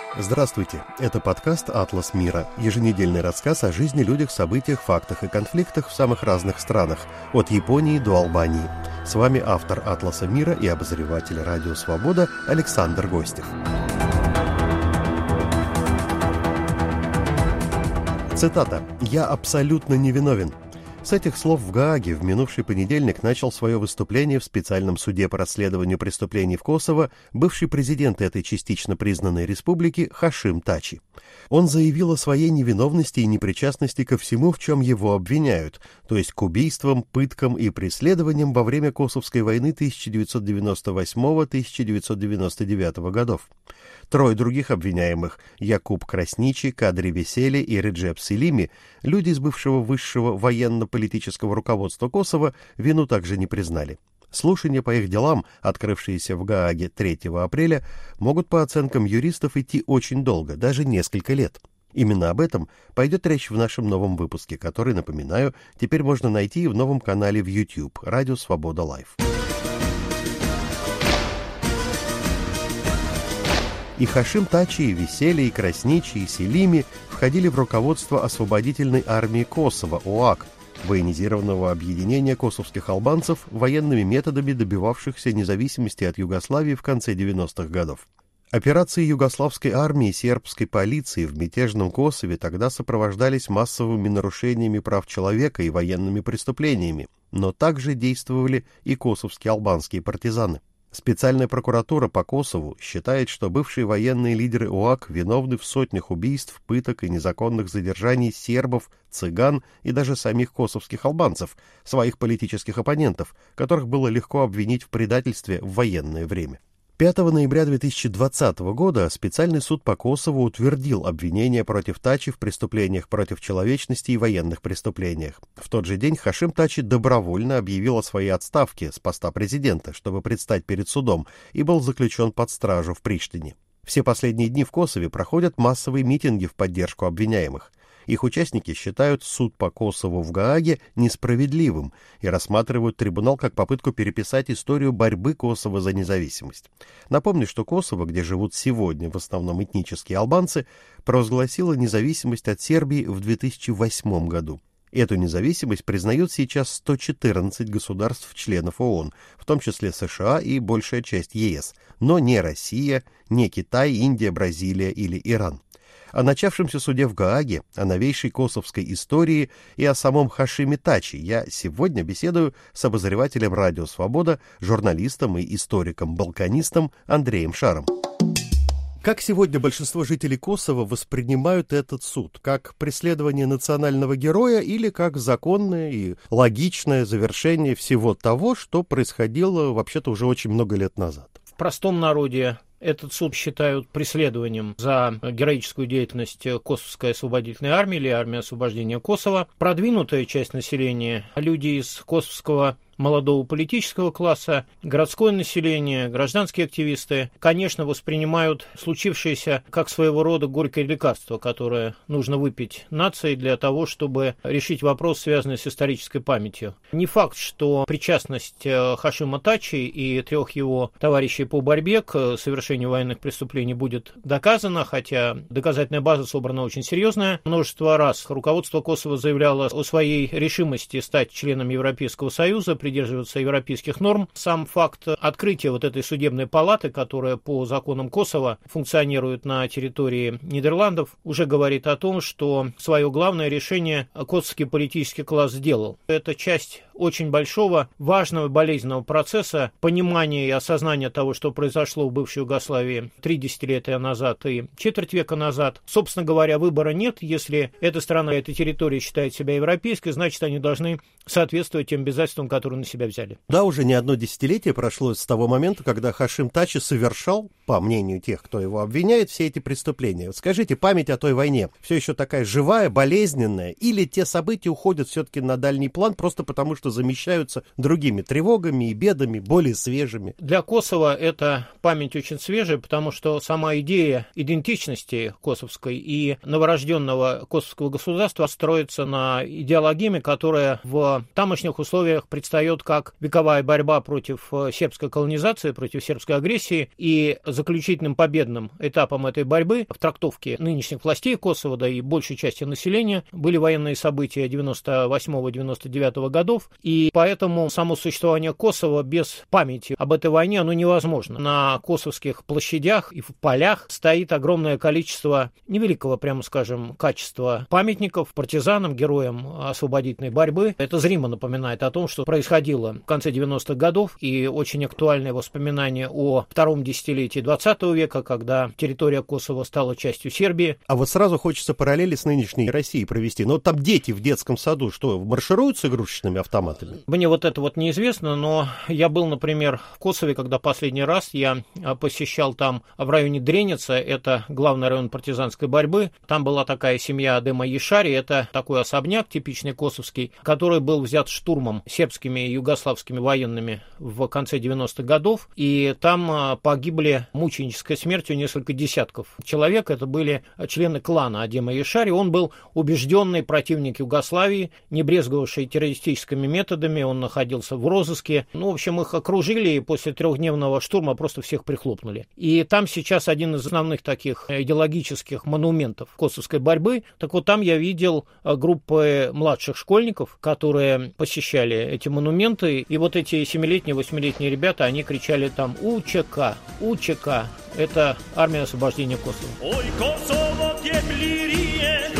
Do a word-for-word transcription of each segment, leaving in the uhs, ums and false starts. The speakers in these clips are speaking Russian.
Здравствуйте, это подкаст «Атлас мира», еженедельный рассказ о жизни, людях, событиях, фактах и конфликтах в самых разных странах, от Японии до Албании. С вами автор «Атласа мира» и обозреватель «Радио Свобода» Александр Гостев. Цитата: «Я абсолютно невиновен». С этих слов в Гааге в минувший понедельник начал свое выступление в специальном суде по расследованию преступлений в Косово бывший президент этой частично признанной республики Хашим Тачи. Он заявил о своей невиновности и непричастности ко всему, в чем его обвиняют, то есть к убийствам, пыткам и преследованиям во время Косовской войны тысяча девятьсот девяносто восьмого — тысяча девятьсот девяносто девятого годов. Трое других обвиняемых — Якуб Красничи, Кадри Весели и Реджеп Селими, люди из бывшего высшего военно-политического руководства Косово, вину также не признали. Слушания по их делам, открывшиеся в Гааге третьего апреля, могут по оценкам юристов идти очень долго, даже несколько лет. Именно об этом пойдет речь в нашем новом выпуске, который, напоминаю, теперь можно найти и в новом канале в YouTube «Радио Свобода Лайв». И Хашим Тачи, и Весели, и Красничи, и Селими входили в руководство освободительной армии Косово, ОАК, военизированного объединения косовских албанцев, военными методами добивавшихся независимости от Югославии в конце девяностых годов. Операции югославской армии и сербской полиции в мятежном Косове тогда сопровождались массовыми нарушениями прав человека и военными преступлениями, но также действовали и косовские албанские партизаны. Специальная прокуратура по Косову считает, что бывшие военные лидеры ОАК виновны в сотнях убийств, пыток и незаконных задержаний сербов, цыган и даже самих косовских албанцев, своих политических оппонентов, которых было легко обвинить в предательстве в военное время. пятого ноября две тысячи двадцатого года специальный суд по Косову утвердил обвинения против Тачи в преступлениях против человечности и военных преступлениях. В тот же день Хашим Тачи добровольно объявил о своей отставке с поста президента, чтобы предстать перед судом, и был заключен под стражу в Приштине. Все последние дни в Косове проходят массовые митинги в поддержку обвиняемых. Их участники считают суд по Косову в Гааге несправедливым и рассматривают трибунал как попытку переписать историю борьбы Косово за независимость. Напомню, что Косово, где живут сегодня в основном этнические албанцы, провозгласило независимость от Сербии в две тысячи восьмом году. Эту независимость признают сейчас сто четырнадцать государств-членов ООН, в том числе США и большая часть ЕС, но не Россия, не Китай, Индия, Бразилия или Иран. О начавшемся суде в Гааге, о новейшей косовской истории и о самом Хашиме Тачи я сегодня беседую с обозревателем «Радио Свобода», журналистом и историком-балканистом Андреем Шаром. Как сегодня большинство жителей Косово воспринимают этот суд? Как преследование национального героя или как законное и логичное завершение всего того, что происходило вообще-то уже очень много лет назад? В простом народе этот суд считают преследованием за героическую деятельность Косовской освободительной армии или армии освобождения Косово. Продвинутая часть населения, люди из косовского молодого политического класса, городское население, гражданские активисты, конечно, воспринимают случившееся как своего рода горькое лекарство, которое нужно выпить нации для того, чтобы решить вопрос, связанный с исторической памятью. Не факт, что причастность Хашима Тачи и трех его товарищей по борьбе к совершению военных преступлений будет доказана, хотя доказательная база собрана очень серьезная. Множество раз руководство Косово заявляло о своей решимости стать членом Европейского Союза, придерживаться европейских норм. Сам факт открытия вот этой судебной палаты, которая по законам Косово функционирует на территории Нидерландов, уже говорит о том, что свое главное решение косовский политический класс сделал. Это часть очень большого, важного, болезненного процесса понимания и осознания того, что произошло в бывшей Югославии три десятилетия назад и четверть века назад. Собственно говоря, выбора нет. Если эта страна, эта территория считает себя европейской, значит, они должны соответствовать тем обязательствам, которые на себя взяли. Да, уже не одно десятилетие прошло с того момента, когда Хашим Тачи совершал, по мнению тех, кто его обвиняет, все эти преступления. Вот скажите, память о той войне все еще такая живая, болезненная, или те события уходят все-таки на дальний план просто потому, что будто замещаются другими тревогами и бедами, более свежими. Для Косово эта память очень свежая, потому что сама идея идентичности косовской и новорожденного косовского государства строится на идеологии, которая в тамошних условиях предстает как вековая борьба против сербской колонизации, против сербской агрессии, и заключительным победным этапом этой борьбы в трактовке нынешних властей Косово, да и большей части населения, были военные события девяносто восьмого — девяносто девятого годов, и поэтому само существование Косово без памяти об этой войне, оно невозможно. На косовских площадях и в полях стоит огромное количество невеликого, прямо скажем, качества памятников партизанам, героям освободительной борьбы. Это зримо напоминает о том, что происходило в конце девяностых годов, и очень актуальные воспоминания о втором десятилетии двадцатого века, когда территория Косово стала частью Сербии. А вот сразу хочется параллели с нынешней Россией провести. Но там дети в детском саду что, маршируют с игрушечными автоматами? Мне вот это вот неизвестно, но я был, например, в Косове, когда последний раз я посещал там в районе Дреница, это главный район партизанской борьбы. Там была такая семья Адема Ешари, это такой особняк типичный косовский, который был взят штурмом сербскими и югославскими военными в конце девяностых годов, и там погибли мученической смертью несколько десятков человек. Это были члены клана Адема Ешари. Он был убежденный противник Югославии, не брезговавший террористическими методами, он находился в розыске. Ну, в общем, их окружили, и после трехдневного штурма просто всех прихлопнули. И там сейчас один из основных таких идеологических монументов косовской борьбы. Так вот, там я видел группы младших школьников, которые посещали эти монументы, и вот эти семилетние, восьмилетние ребята, они кричали там «УЧК! УЧК!» Это армия освобождения Косово. Ой, Косово, теплирие,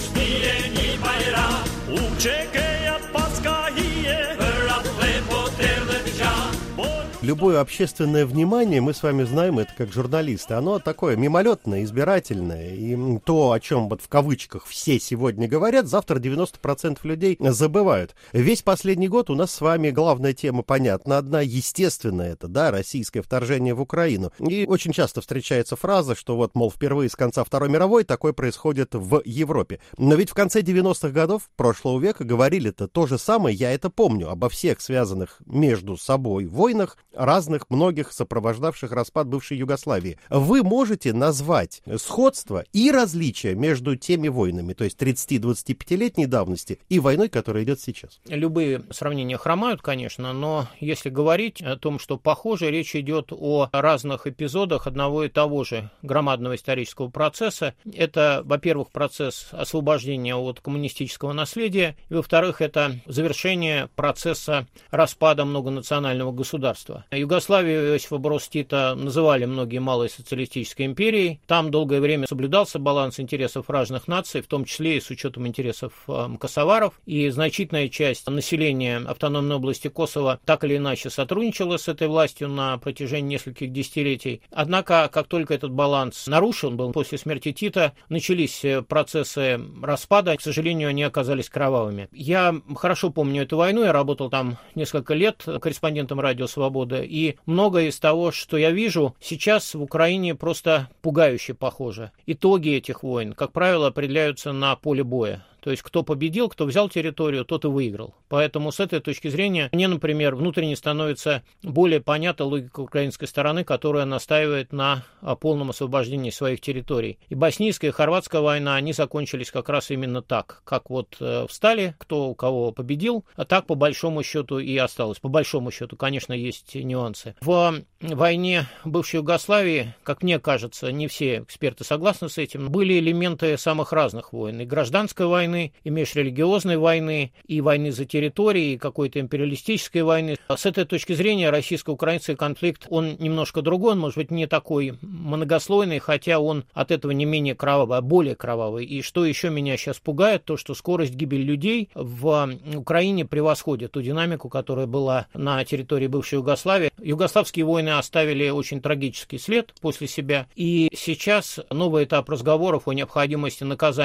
любое общественное внимание, мы с вами знаем это как журналисты, оно такое мимолетное, избирательное. И то, о чем вот в кавычках все сегодня говорят, завтра девяносто процентов людей забывают. Весь последний год у нас с вами главная тема понятна одна, естественная это, да, российское вторжение в Украину. И очень часто встречается фраза, что вот, мол, впервые с конца Второй мировой такое происходит в Европе. Но ведь в конце девяностых годов прошлого века говорили-то то же самое, я это помню, обо всех связанных между собой войнах, разных, многих сопровождавших распад бывшей Югославии. Вы можете назвать сходство и различия между теми войнами, то есть тридцати-двадцатипятилетней давности, и войной, которая идет сейчас? Любые сравнения хромают, конечно, но если говорить о том, что похоже, речь идет о разных эпизодах одного и того же громадного исторического процесса. Это, во-первых, процесс освобождения от коммунистического наследия, и, во-вторых, это завершение процесса распада многонационального государства. Югославию Иосифа Брос Тита называли многие малой социалистической империей. Там долгое время соблюдался баланс интересов разных наций, в том числе и с учетом интересов э, косоваров. И значительная часть населения автономной области Косово так или иначе сотрудничала с этой властью на протяжении нескольких десятилетий. Однако, как только этот баланс нарушен был после смерти Тита, начались процессы распада. К сожалению, они оказались кровавыми. Я хорошо помню эту войну, я работал там несколько лет корреспондентом «Радио Свобода», и многое из того, что я вижу, сейчас в Украине просто пугающе похоже. Итоги этих войн, как правило, определяются на поле боя. То есть, кто победил, кто взял территорию, тот и выиграл. Поэтому с этой точки зрения мне, например, внутренне становится более понятна логика украинской стороны, которая настаивает на полном освобождении своих территорий. И боснийская, и хорватская война, они закончились как раз именно так. Как вот э, встали, кто у кого победил, а так по большому счету и осталось. По большому счету, конечно, есть нюансы. В войне бывшей Югославии, как мне кажется, не все эксперты согласны с этим, были элементы самых разных войн. И гражданской войны, и межрелигиозной войны, и войны за территории, и какой-то империалистической войны. С этой точки зрения российско-украинский конфликт, он немножко другой, он, может быть, не такой многослойный, хотя он от этого не менее кровавый, а более кровавый. И что еще меня сейчас пугает, то, что скорость гибели людей в Украине превосходит ту динамику, которая была на территории бывшей Югославии. Югославские войны оставили очень трагический след после себя, и сейчас новый этап разговоров о необходимости наказания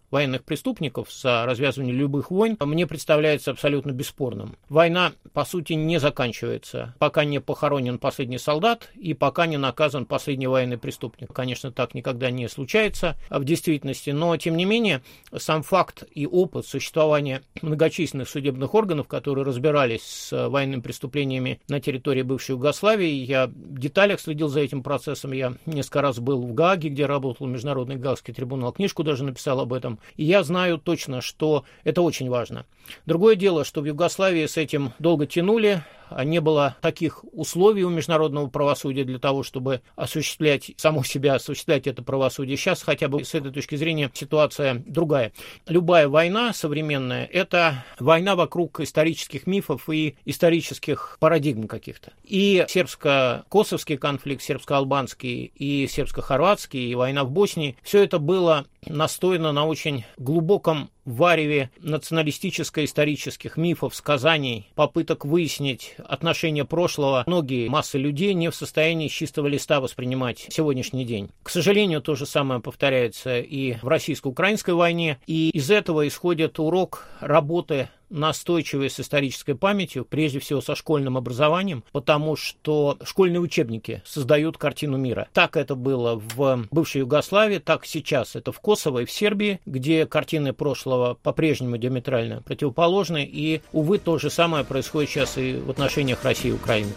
военных преступников за развязывание любых войн мне представляется абсолютно бесспорным. Война, по сути, не заканчивается, пока не похоронен последний солдат и пока не наказан последний военный преступник. Конечно, так никогда не случается в действительности, но, тем не менее, сам факт и опыт существования многочисленных судебных органов, которые разбирались с военными преступлениями на территории бывшей Югославии, я в деталях следил за этим процессом, я несколько раз был в Гааге, где работал Международный Гаагский трибунал, книжку даже написал об этом, и я знаю точно, что это очень важно. Другое дело, что в Югославии с этим долго тянули, не было таких условий у международного правосудия для того, чтобы осуществлять, само себя осуществлять это правосудие. Сейчас хотя бы с этой точки зрения ситуация другая. Любая война современная – это война вокруг исторических мифов и исторических парадигм каких-то. И сербско-косовский конфликт, сербско-албанский, и сербско-хорватский, и война в Боснии – все это было настояно на очень глубоком вареве националистическо-исторических мифов, сказаний, попыток выяснить отношения прошлого. Многие массы людей не в состоянии с чистого листа воспринимать сегодняшний день. К сожалению, то же самое повторяется и в российско-украинской войне. И из этого исходит урок работы настойчивой с исторической памятью, прежде всего со школьным образованием, потому что школьные учебники создают картину мира. Так это было в бывшей Югославии, так сейчас это в Косово и в Сербии, где картины прошлого по-прежнему диаметрально противоположны, и, увы, то же самое происходит сейчас и в отношениях России и Украины.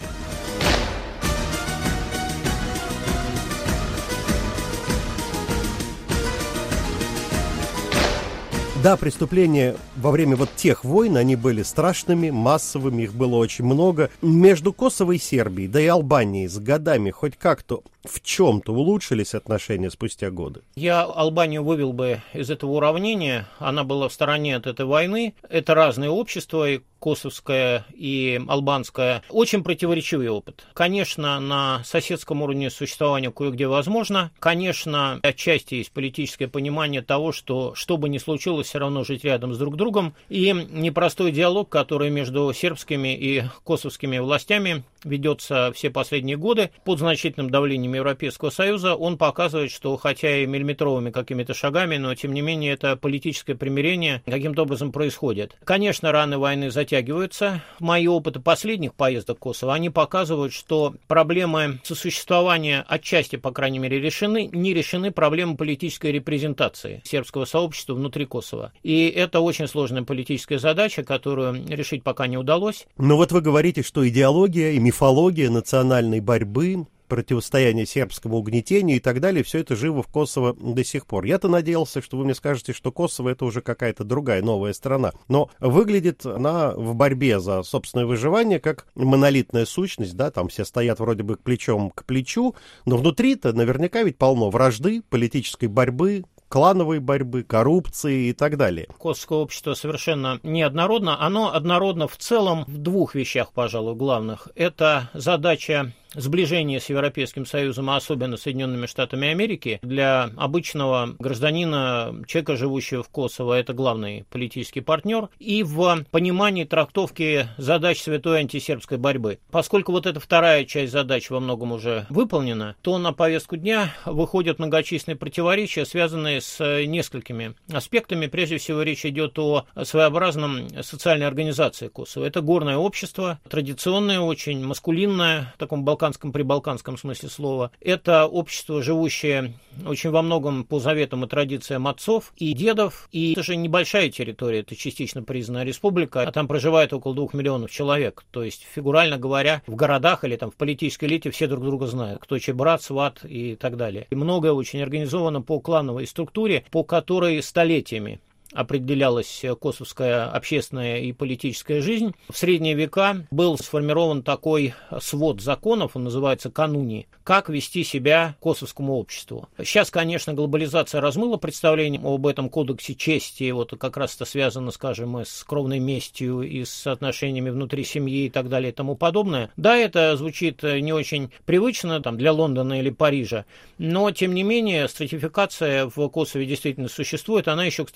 Да, преступления во время вот тех войн, они были страшными, массовыми, их было очень много. Между Косово и Сербией, да и Албанией с годами хоть как-то в чем-то улучшились отношения спустя годы? Я Албанию вывел бы из этого уравнения. Она была в стороне от этой войны. Это разные общества, и косовское, и албанское. Очень противоречивый опыт. Конечно, на соседском уровне существования кое-где возможно. Конечно, отчасти есть политическое понимание того, что, что бы ни случилось, все равно жить рядом с друг другом. И непростой диалог, который между сербскими и косовскими властями ведется все последние годы под значительным давлением Европейского Союза, он показывает, что хотя и миллиметровыми какими-то шагами, но тем не менее это политическое примирение каким-то образом происходит. Конечно, раны войны затягиваются. Мои опыты последних поездок в Косово, они показывают, что проблемы сосуществования отчасти, по крайней мере, решены, не решены проблемы политической репрезентации сербского сообщества внутри Косово. И это очень сложная политическая задача, которую решить пока не удалось. Но вот вы говорите, что идеология и мифология национальной борьбы, противостояние сербскому угнетению и так далее, все это живо в Косово до сих пор. Я-то надеялся, что вы мне скажете, что Косово — это уже какая-то другая, новая страна. Но выглядит она в борьбе за собственное выживание как монолитная сущность, да, там все стоят вроде бы плечом к плечу, но внутри-то наверняка ведь полно вражды, политической борьбы, клановой борьбы, коррупции и так далее. Косовское общество совершенно неоднородно. Оно однородно в целом в двух вещах, пожалуй, главных. Это задача сближение с Европейским Союзом, а особенно Соединенными Штатами Америки, для обычного гражданина, человека, живущего в Косово, это главный политический партнер, и в понимании трактовки задач святой антисербской борьбы. Поскольку вот эта вторая часть задач во многом уже выполнена, то на повестку дня выходят многочисленные противоречия, связанные с несколькими аспектами. Прежде всего, речь идет о своеобразном социальной организации Косово. Это горное общество, традиционное, очень маскулинное, в таком балканском прибалканском смысле слова. Это общество, живущее очень во многом по заветам и традициям отцов и дедов. И это же небольшая территория, это частично признанная республика, а там проживает около двух миллионов человек. То есть, фигурально говоря, в городах или там в политической элите все друг друга знают, кто чей брат, сват и так далее. И многое очень организовано по клановой структуре, по которой столетиями определялась косовская общественная и политическая жизнь. В средние века был сформирован такой свод законов, он называется «Кануни», как вести себя косовскому обществу. Сейчас, конечно, глобализация размыла представление об этом кодексе чести, вот как раз это связано, скажем, с кровной местью и с отношениями внутри семьи и так далее и тому подобное. Да, это звучит не очень привычно там, для Лондона или Парижа, но, тем не менее, стратификация в Косове действительно существует. Она еще, кстати, очень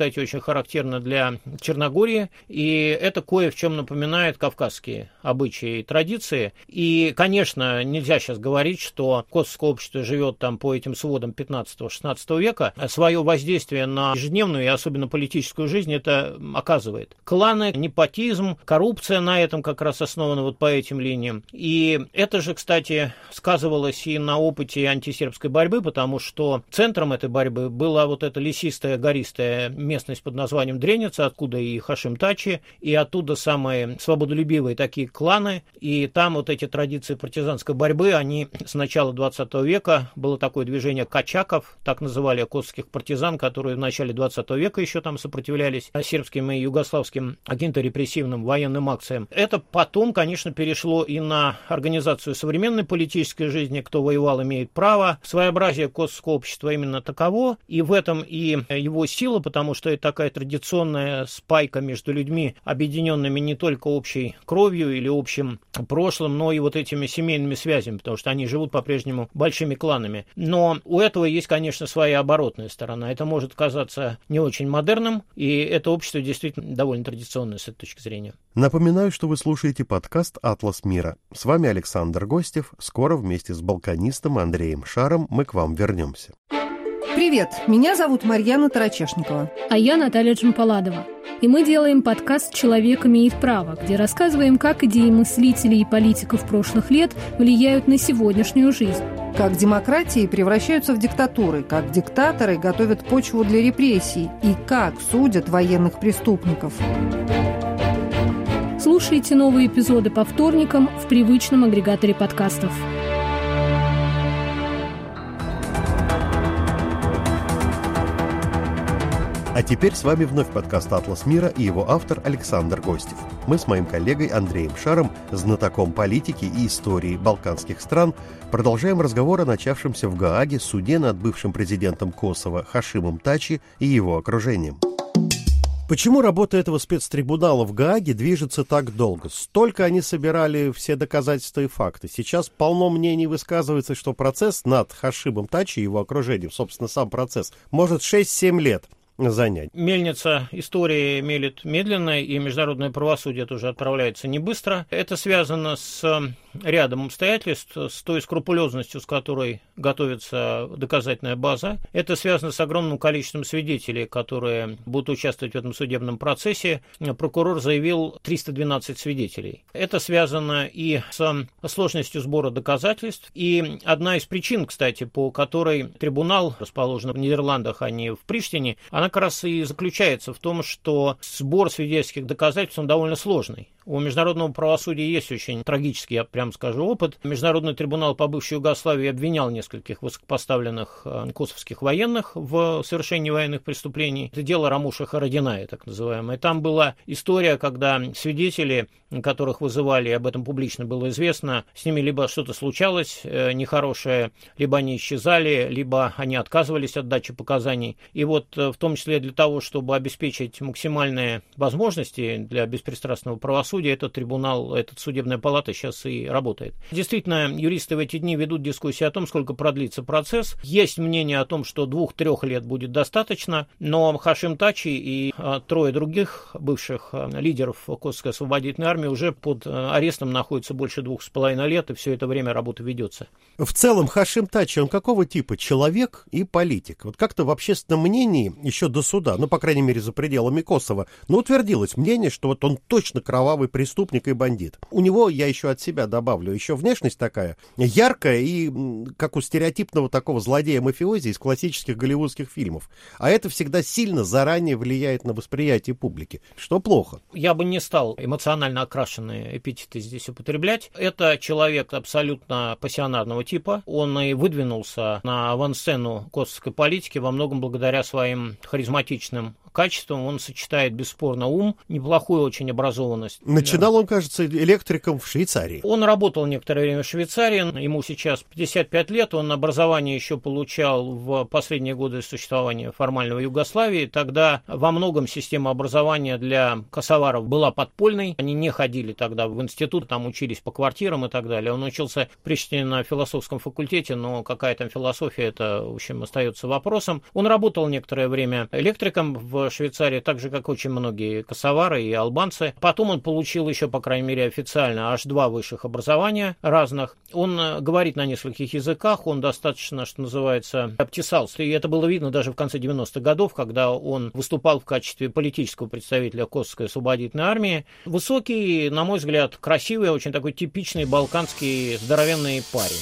характерно для Черногории, и это кое в чем напоминает кавказские обычаи и традиции. И, конечно, нельзя сейчас говорить, что косовское общество живет там по этим сводам пятнадцатого-шестнадцатого века. Свое воздействие на ежедневную и особенно политическую жизнь это оказывает. Кланы, непотизм, коррупция на этом как раз основана вот по этим линиям. И это же, кстати, сказывалось и на опыте антисербской борьбы, потому что центром этой борьбы была вот эта лесистая, гористая местность под названием Дреница, откуда и Хашим Тачи, и оттуда самые свободолюбивые такие кланы. И там вот эти традиции партизанской борьбы, они с начала двадцатого века, было такое движение качаков, так называли косовских партизан, которые в начале двадцатого века еще там сопротивлялись сербским и югославским агенторепрессивным военным акциям. Это потом, конечно, перешло и на организацию современной политической жизни, кто воевал, имеет право. Своеобразие косовского общества именно таково, и в этом и его сила, потому что это такая традиционная спайка между людьми, объединенными не только общей кровью или общим прошлым, но и вот этими семейными связями, потому что они живут по-прежнему большими кланами. Но у этого есть, конечно, своя оборотная сторона. Это может казаться не очень модерным, и это общество действительно довольно традиционное с этой точки зрения. Напоминаю, что вы слушаете подкаст «Атлас мира». С вами Александр Гостев. Скоро вместе с балканистом Андреем Шаром мы к вам вернемся. Привет, меня зовут Марьяна Тарачешникова. А я Наталья Джампаладова. И мы делаем подкаст «Человек имеет право», где рассказываем, как идеи мыслителей и политиков прошлых лет влияют на сегодняшнюю жизнь. Как демократии превращаются в диктатуры, как диктаторы готовят почву для репрессий и как судят военных преступников. Слушайте новые эпизоды по вторникам в привычном агрегаторе подкастов. А теперь с вами вновь подкаст «Атлас мира» и его автор Александр Гостев. Мы с моим коллегой Андреем Шаром, знатоком политики и истории балканских стран, продолжаем разговор о начавшемся в Гааге суде над бывшим президентом Косово Хашимом Тачи и его окружением. Почему работа этого спецтрибунала в Гааге движется так долго? Столько они собирали все доказательства и факты. Сейчас полно мнений высказывается, что процесс над Хашимом Тачи и его окружением, собственно, сам процесс, может шесть-семь лет занять. Мельница истории мелет медленно, и международное правосудие тоже отправляется не быстро. Это связано с рядом обстоятельств, с той скрупулезностью, с которой готовится доказательная база. Это связано с огромным количеством свидетелей, которые будут участвовать в этом судебном процессе. Прокурор заявил триста двенадцать свидетелей. Это связано и с сложностью сбора доказательств. И одна из причин, кстати, по которой трибунал расположен в Нидерландах, а не в Приштине, она как раз и заключается в том, что сбор свидетельских доказательств он довольно сложный. У международного правосудия есть очень трагический, я прямо скажу, опыт. Международный трибунал по бывшей Югославии обвинял нескольких высокопоставленных косовских военных в совершении военных преступлений. Это дело Рамуша Харадиная, так называемое. Там была история, когда свидетели, которых вызывали, об этом публично было известно, с ними либо что-то случалось нехорошее, либо они исчезали, либо они отказывались от дачи показаний. И вот в том числе для того, чтобы обеспечить максимальные возможности для беспристрастного правосудия, этот трибунал, эта судебная палата сейчас и работает. Действительно, юристы в эти дни ведут дискуссии о том, сколько продлится процесс. Есть мнение о том, что двух-трех лет будет достаточно, но Хашим Тачи и а, трое других бывших а, лидеров Косовской освободительной армии уже под а, арестом находятся больше двух с половиной лет, и все это время работа ведется. В целом, Хашим Тачи, он какого типа? Человек и политик. Вот как-то в общественном мнении еще до суда, ну, по крайней мере, за пределами Косово, ну, утвердилось мнение, что вот он точно кровавый преступник и бандит. У него, я еще от себя добавлю, еще внешность такая яркая и как у стереотипного такого злодея-мафиози из классических голливудских фильмов. А это всегда сильно заранее влияет на восприятие публики, что плохо. Я бы не стал эмоционально окрашенные эпитеты здесь употреблять. Это человек абсолютно пассионарного типа. Он и выдвинулся на авансцену косовской политики во многом благодаря своим харизматичным качеством. Он сочетает бесспорно ум, неплохую очень образованность. Начинал он, кажется, электриком в Швейцарии. Он работал некоторое время в Швейцарии, ему сейчас пятьдесят пять лет, он образование еще получал в последние годы существования формального Югославии. Тогда во многом система образования для косоваров была подпольной. Они не ходили тогда в институт, там учились по квартирам и так далее. Он учился в Приштине на философском факультете, но какая там философия, это, в общем, остается вопросом. Он работал некоторое время электриком в в Швейцарии, так же, как очень многие косовары и албанцы. Потом он получил еще, по крайней мере, официально аж два высших образования разных. Он говорит на нескольких языках, он достаточно, что называется, обтесался. И это было видно даже в конце девяностых годов, когда он выступал в качестве политического представителя Косовской освободительной армии. Высокий, на мой взгляд, красивый, очень такой типичный балканский здоровенный парень.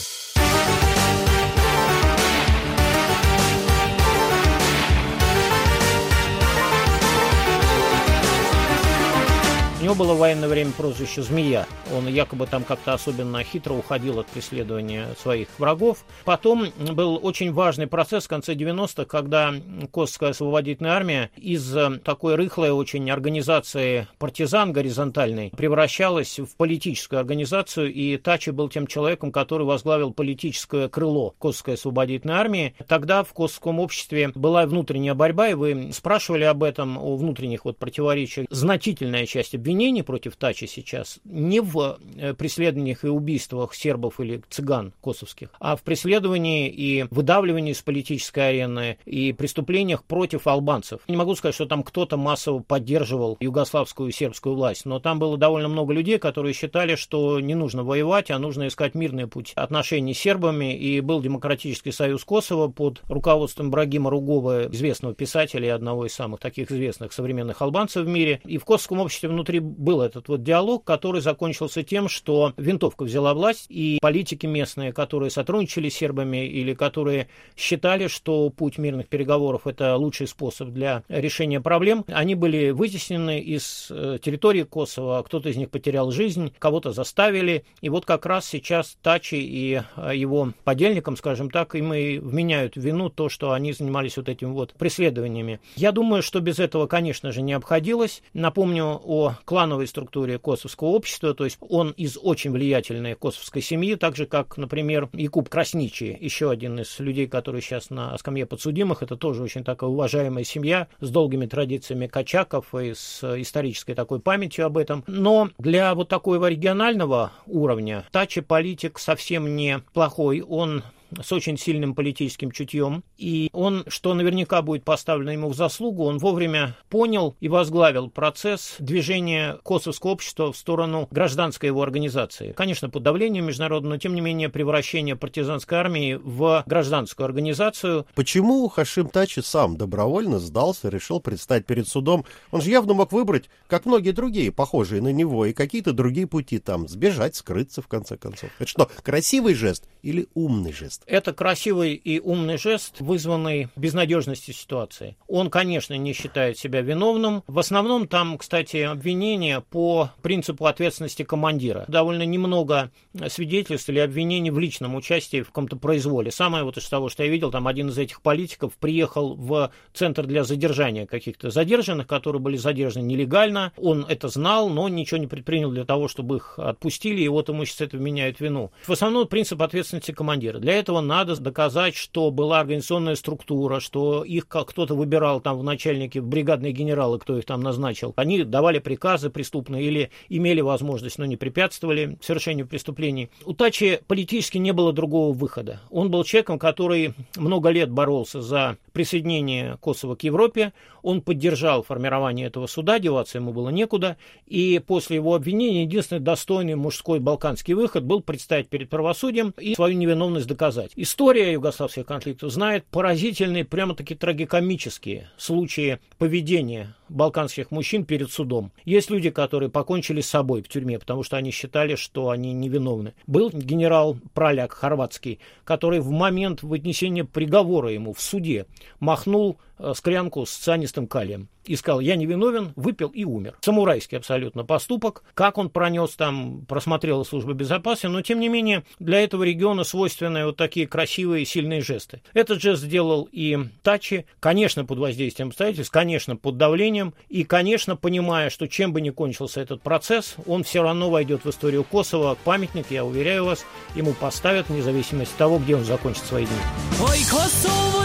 У него было в военное время прозвище «Змея». Он якобы там как-то особенно хитро уходил от преследования своих врагов. Потом был очень важный процесс в конце девяностых, когда Косовская освободительная армия из такой рыхлой очень организации партизан горизонтальной превращалась в политическую организацию, и Тачи был тем человеком, который возглавил политическое крыло Косовской освободительной армии. Тогда в косовском обществе была внутренняя борьба, и вы спрашивали об этом, о внутренних вот противоречиях. Значительная часть обвинений против Тачи сейчас не в преследованиях и убийствах сербов или цыган косовских, а в преследовании и выдавливании с политической арены и преступлениях против албанцев. Не могу сказать, что там кто-то массово поддерживал югославскую сербскую власть, но там было довольно много людей, которые считали, что не нужно воевать, а нужно искать мирный путь отношений с сербами, и был Демократический союз Косово под руководством Брагима Ругова, известного писателя и одного из самых таких известных современных албанцев в мире. И в косовском обществе внутри был этот вот диалог, который закончился тем, что винтовка взяла власть, и политики местные, которые сотрудничали с сербами или которые считали, что путь мирных переговоров – это лучший способ для решения проблем, они были вытеснены из территории Косово, кто-то из них потерял жизнь, кого-то заставили, и вот как раз сейчас Тачи и его подельникам, скажем так, им и вменяют в вину то, что они занимались вот этими вот преследованиями. Я думаю, что без этого, конечно же, не обходилось. Напомню о клановой структуре косовского общества, то есть он из очень влиятельной косовской семьи, так же, как, например, Якуб Красничи, еще один из людей, который сейчас на скамье подсудимых, это тоже очень такая уважаемая семья с долгими традициями качаков и с исторической такой памятью об этом. Но для вот такого регионального уровня Тачи политик совсем не плохой, он с очень сильным политическим чутьем, и он, что наверняка будет поставлено ему в заслугу, он вовремя понял и возглавил процесс движения косовского общества в сторону гражданской его организации. Конечно, под давлением международного, но тем не менее превращение партизанской армии в гражданскую организацию. Почему Хашим Тачи сам добровольно сдался, решил предстать перед судом? Он же явно мог выбрать, как многие другие, похожие на него, и какие-то другие пути, там, сбежать, скрыться, в конце концов. Это что, красивый жест или умный жест? Это красивый и умный жест, вызванный безнадежностью ситуации. Он, конечно, не считает себя виновным. В основном там, кстати, обвинения по принципу ответственности командира. Довольно немного свидетельств или обвинений в личном участии в каком-то произволе. Самое вот из того, что я видел, там один из этих политиков приехал в центр для задержания каких-то задержанных, которые были задержаны нелегально. Он это знал, но ничего не предпринял для того, чтобы их отпустили, и вот ему сейчас это вменяют вину. В основном принцип ответственности командира. Для этого надо доказать, что была организационная структура, что их кто-то выбирал там в начальники, в бригадные генералы, кто их там назначил. Они давали приказы преступные или имели возможность, но не препятствовали совершению преступлений. У Тачи политически не было другого выхода. Он был человеком, который много лет боролся за присоединение Косово к Европе. Он поддержал формирование этого суда, деваться ему было некуда. И после его обвинения единственный достойный мужской балканский выход был предстать перед правосудием и свою невиновность доказать. История югославских конфликтов знает поразительные, прямо-таки трагикомические случаи поведения балканских мужчин перед судом. Есть люди, которые покончили с собой в тюрьме, потому что они считали, что они невиновны. Был генерал Праляк, хорватский, который в момент вынесения приговора ему в суде махнул склянку с цианистым калием и сказал: я невиновен, выпил и умер. Самурайский абсолютно поступок. Как он пронес, там просмотрела служба безопасности, но тем не менее для этого региона свойственны вот такие красивые сильные жесты. Этот жест сделал и Тачи, конечно, под воздействием обстоятельств, конечно, под давлением, и, конечно, понимая, что чем бы ни кончился этот процесс, он все равно войдет в историю Косово. Памятник, я уверяю вас, ему поставят, вне зависимости от того, где он закончит свои дни. Ой, Косово,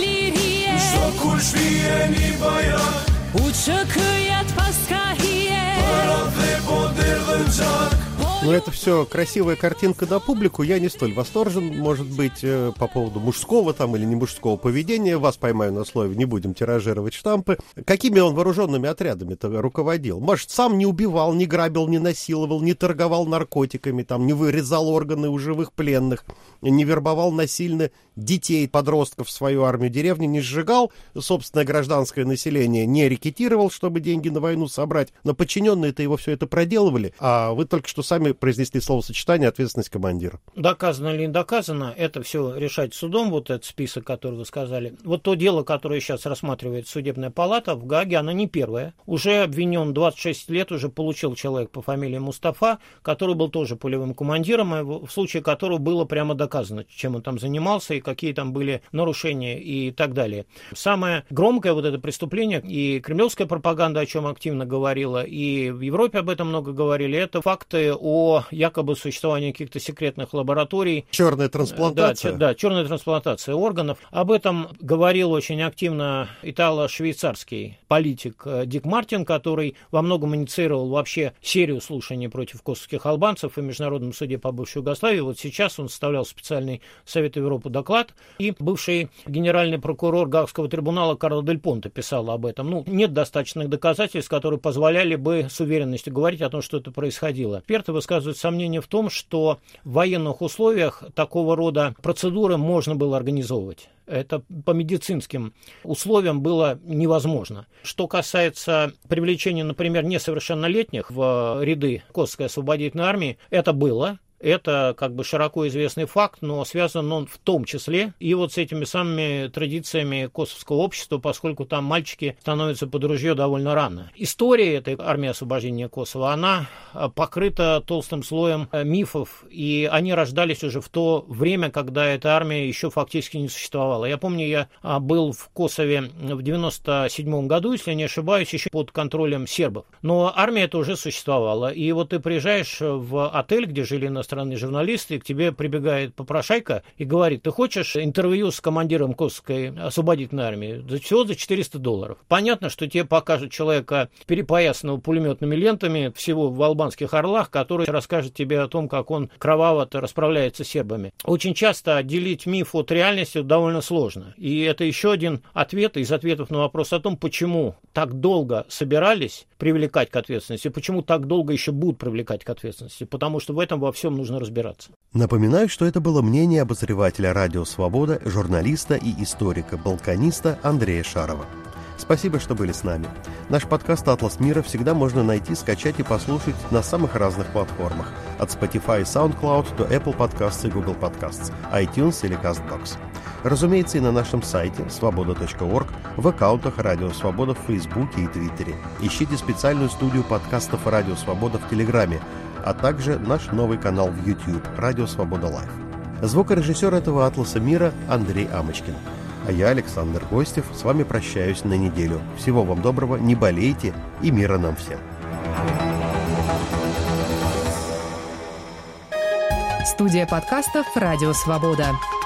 kur shvijeni bajrak U që këjat pas ka hije Për atë dhe po derdhën gjak Но это все красивая картинка на публику. Я не столь восторжен, может быть, по поводу мужского там или не мужского поведения. Вас поймаю на слове, не будем тиражировать штампы. Какими он вооруженными отрядами-то руководил? Может, сам не убивал, не грабил, не насиловал, не торговал наркотиками, там, не вырезал органы у живых пленных, не вербовал насильно детей, подростков в свою армию деревни, не сжигал собственное гражданское население, не рекетировал, чтобы деньги на войну собрать. Но подчиненные-то его все это проделывали. А вы только что сами произнесли словосочетание «ответственность командира». Доказано или не доказано, это все решать судом, вот этот список, который вы сказали. Вот то дело, которое сейчас рассматривает судебная палата в Гааге, оно не первое. Уже обвинен двадцать шесть лет, уже получил человек по фамилии Мустафа, который был тоже полевым командиром, в случае которого было прямо доказано, чем он там занимался и какие там были нарушения и так далее. Самое громкое вот это преступление, и кремлевская пропаганда о чем активно говорила, и в Европе об этом много говорили, это факты о якобы существовании каких-то секретных лабораторий. Черная трансплантация. Да, да, черная трансплантация органов. Об этом говорил очень активно итало-швейцарский политик Дик Мартин, который во многом инициировал вообще серию слушаний против косовских албанцев в Международном суде по бывшей Югославии. Вот сейчас он составлял специальный Совет Европы доклад, и бывший генеральный прокурор Гаагского трибунала Карла Дель Понте писал об этом. Ну, нет достаточных доказательств, которые позволяли бы с уверенностью говорить о том, что это происходило. Эксперты высказывают сомнения в том, что в военных условиях такого рода процедуры можно было организовывать. Это по медицинским условиям было невозможно. Что касается привлечения, например, несовершеннолетних в ряды Косовской освободительной армии, это было. Это как бы широко известный факт, но связан он в том числе и вот с этими самыми традициями косовского общества, поскольку там мальчики становятся под ружье довольно рано. История этой армии освобождения Косово, она покрыта толстым слоем мифов, и они рождались уже в то время, когда эта армия еще фактически не существовала. Я помню, я был в Косове в девяносто седьмом году, если не ошибаюсь, еще под контролем сербов. Но армия эта уже существовала. И вот ты приезжаешь в отель, где жили иностранные журналисты, и к тебе прибегает попрошайка и говорит: ты хочешь интервью с командиром Косовской освободительной армии? За всего за четыреста долларов. Понятно, что тебе покажут человека, перепоясанного пулеметными лентами, всего в албанских орлах, который расскажет тебе о том, как он кроваво-то расправляется с сербами. Очень часто отделить миф от реальности довольно сложно. И это еще один ответ из ответов на вопрос о том, почему так долго собирались привлекать к ответственности, почему так долго еще будут привлекать к ответственности. Потому что в этом во всем нужно разбираться. Напоминаю, что это было мнение обозревателя «Радио Свобода», журналиста и историка-балканиста Андрея Шарова. Спасибо, что были с нами. Наш подкаст «Атлас мира» всегда можно найти, скачать и послушать на самых разных платформах. От Spotify и SoundCloud до Apple Podcasts и Google Podcasts, iTunes или CastBox. Разумеется, и на нашем сайте свобода точка орг, в аккаунтах «Радио Свобода» в Фейсбуке и Твиттере. Ищите специальную студию подкастов «Радио Свобода» в Телеграме, а также наш новый канал в YouTube «Радио Свобода Лайв». Звукорежиссер этого «Атласа мира» Андрей Амочкин. А я, Александр Гостев, с вами прощаюсь на неделю. Всего вам доброго, не болейте и мира нам всем. Студия подкастов «Радио Свобода».